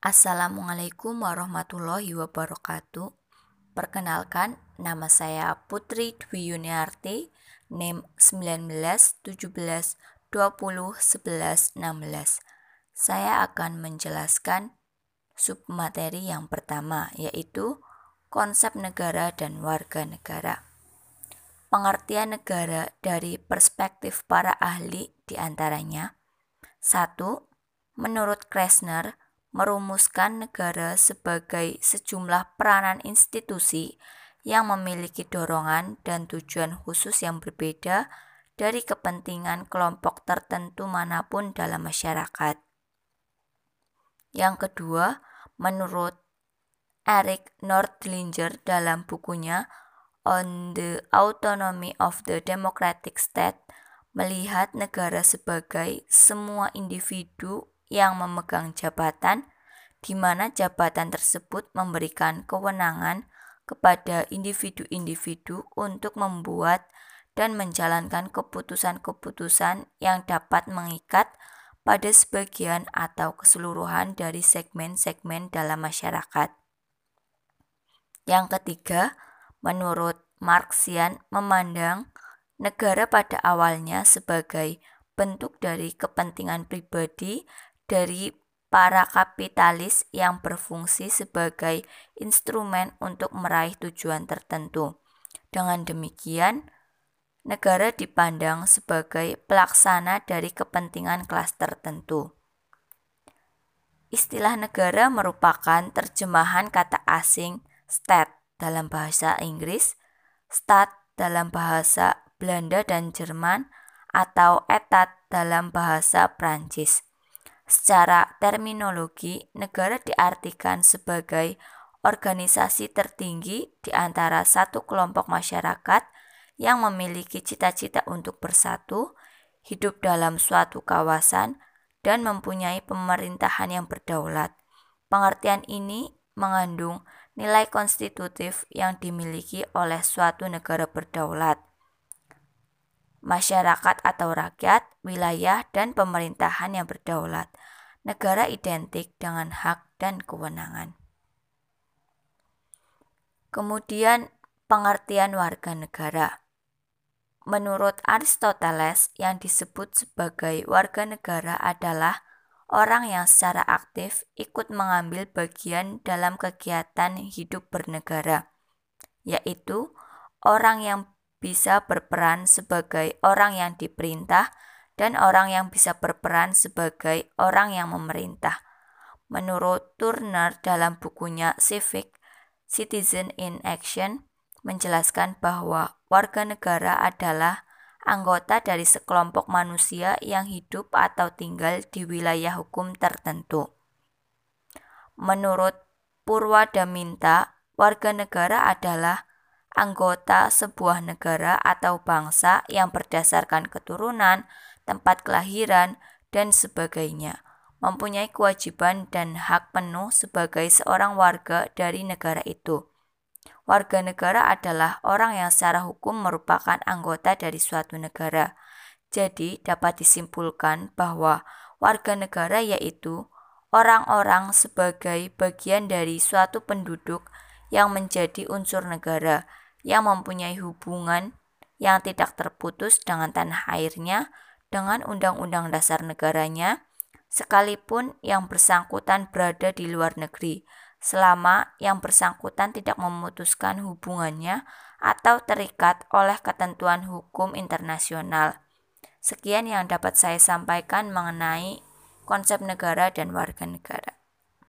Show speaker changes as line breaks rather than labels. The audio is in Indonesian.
Assalamualaikum warahmatullahi wabarakatuh. Perkenalkan, nama saya Putri Dwi Yuniarti, NIM 19 17 20 11 16. Saya akan menjelaskan submateri yang pertama, yaitu konsep negara dan warga negara. Pengertian negara dari perspektif para ahli diantaranya: 1. Menurut Krasner, merumuskan negara sebagai sejumlah peranan institusi yang memiliki dorongan dan tujuan khusus yang berbeda dari kepentingan kelompok tertentu manapun dalam masyarakat. Yang kedua, menurut Erik Nordlinger dalam bukunya On the Autonomy of the Democratic State, melihat negara sebagai semua individu yang memegang jabatan, di mana jabatan tersebut memberikan kewenangan kepada individu-individu untuk membuat dan menjalankan keputusan-keputusan yang dapat mengikat pada sebagian atau keseluruhan dari segmen-segmen dalam masyarakat. Yang ketiga, menurut Marxian memandang negara pada awalnya sebagai bentuk dari kepentingan pribadi dari para kapitalis yang berfungsi sebagai instrumen untuk meraih tujuan tertentu. Dengan demikian, negara dipandang sebagai pelaksana dari kepentingan kelas tertentu. Istilah negara merupakan terjemahan kata asing state dalam bahasa Inggris, Staat dalam bahasa Belanda dan Jerman, atau Etat dalam bahasa Prancis. Secara terminologi, negara diartikan sebagai organisasi tertinggi di antara satu kelompok masyarakat yang memiliki cita-cita untuk bersatu, hidup dalam suatu kawasan, dan mempunyai pemerintahan yang berdaulat. Pengertian ini mengandung nilai konstitutif yang dimiliki oleh suatu negara berdaulat, masyarakat atau rakyat, wilayah, dan pemerintahan yang berdaulat. Negara identik dengan hak dan kewenangan. Kemudian, pengertian warga negara. Menurut Aristoteles, yang disebut sebagai warga negara adalah orang yang secara aktif ikut mengambil bagian dalam kegiatan hidup bernegara, yaitu orang yang bisa berperan sebagai orang yang diperintah dan orang yang bisa berperan sebagai orang yang memerintah. Menurut Turner dalam bukunya Civic Citizen in Action, menjelaskan bahwa warga negara adalah anggota dari sekelompok manusia yang hidup atau tinggal di wilayah hukum tertentu. Menurut Purwadaminta, warga negara adalah anggota sebuah negara atau bangsa yang berdasarkan keturunan, tempat kelahiran, dan sebagainya, mempunyai kewajiban dan hak penuh sebagai seorang warga dari negara itu. Warga negara adalah orang yang secara hukum merupakan anggota dari suatu negara. Jadi, dapat disimpulkan bahwa warga negara yaitu orang-orang sebagai bagian dari suatu penduduk yang menjadi unsur negara, yang mempunyai hubungan yang tidak terputus dengan tanah airnya, dengan undang-undang dasar negaranya, sekalipun yang bersangkutan berada di luar negeri, selama yang bersangkutan tidak memutuskan hubungannya atau terikat oleh ketentuan hukum internasional. Sekian yang dapat saya sampaikan mengenai konsep negara dan warga negara.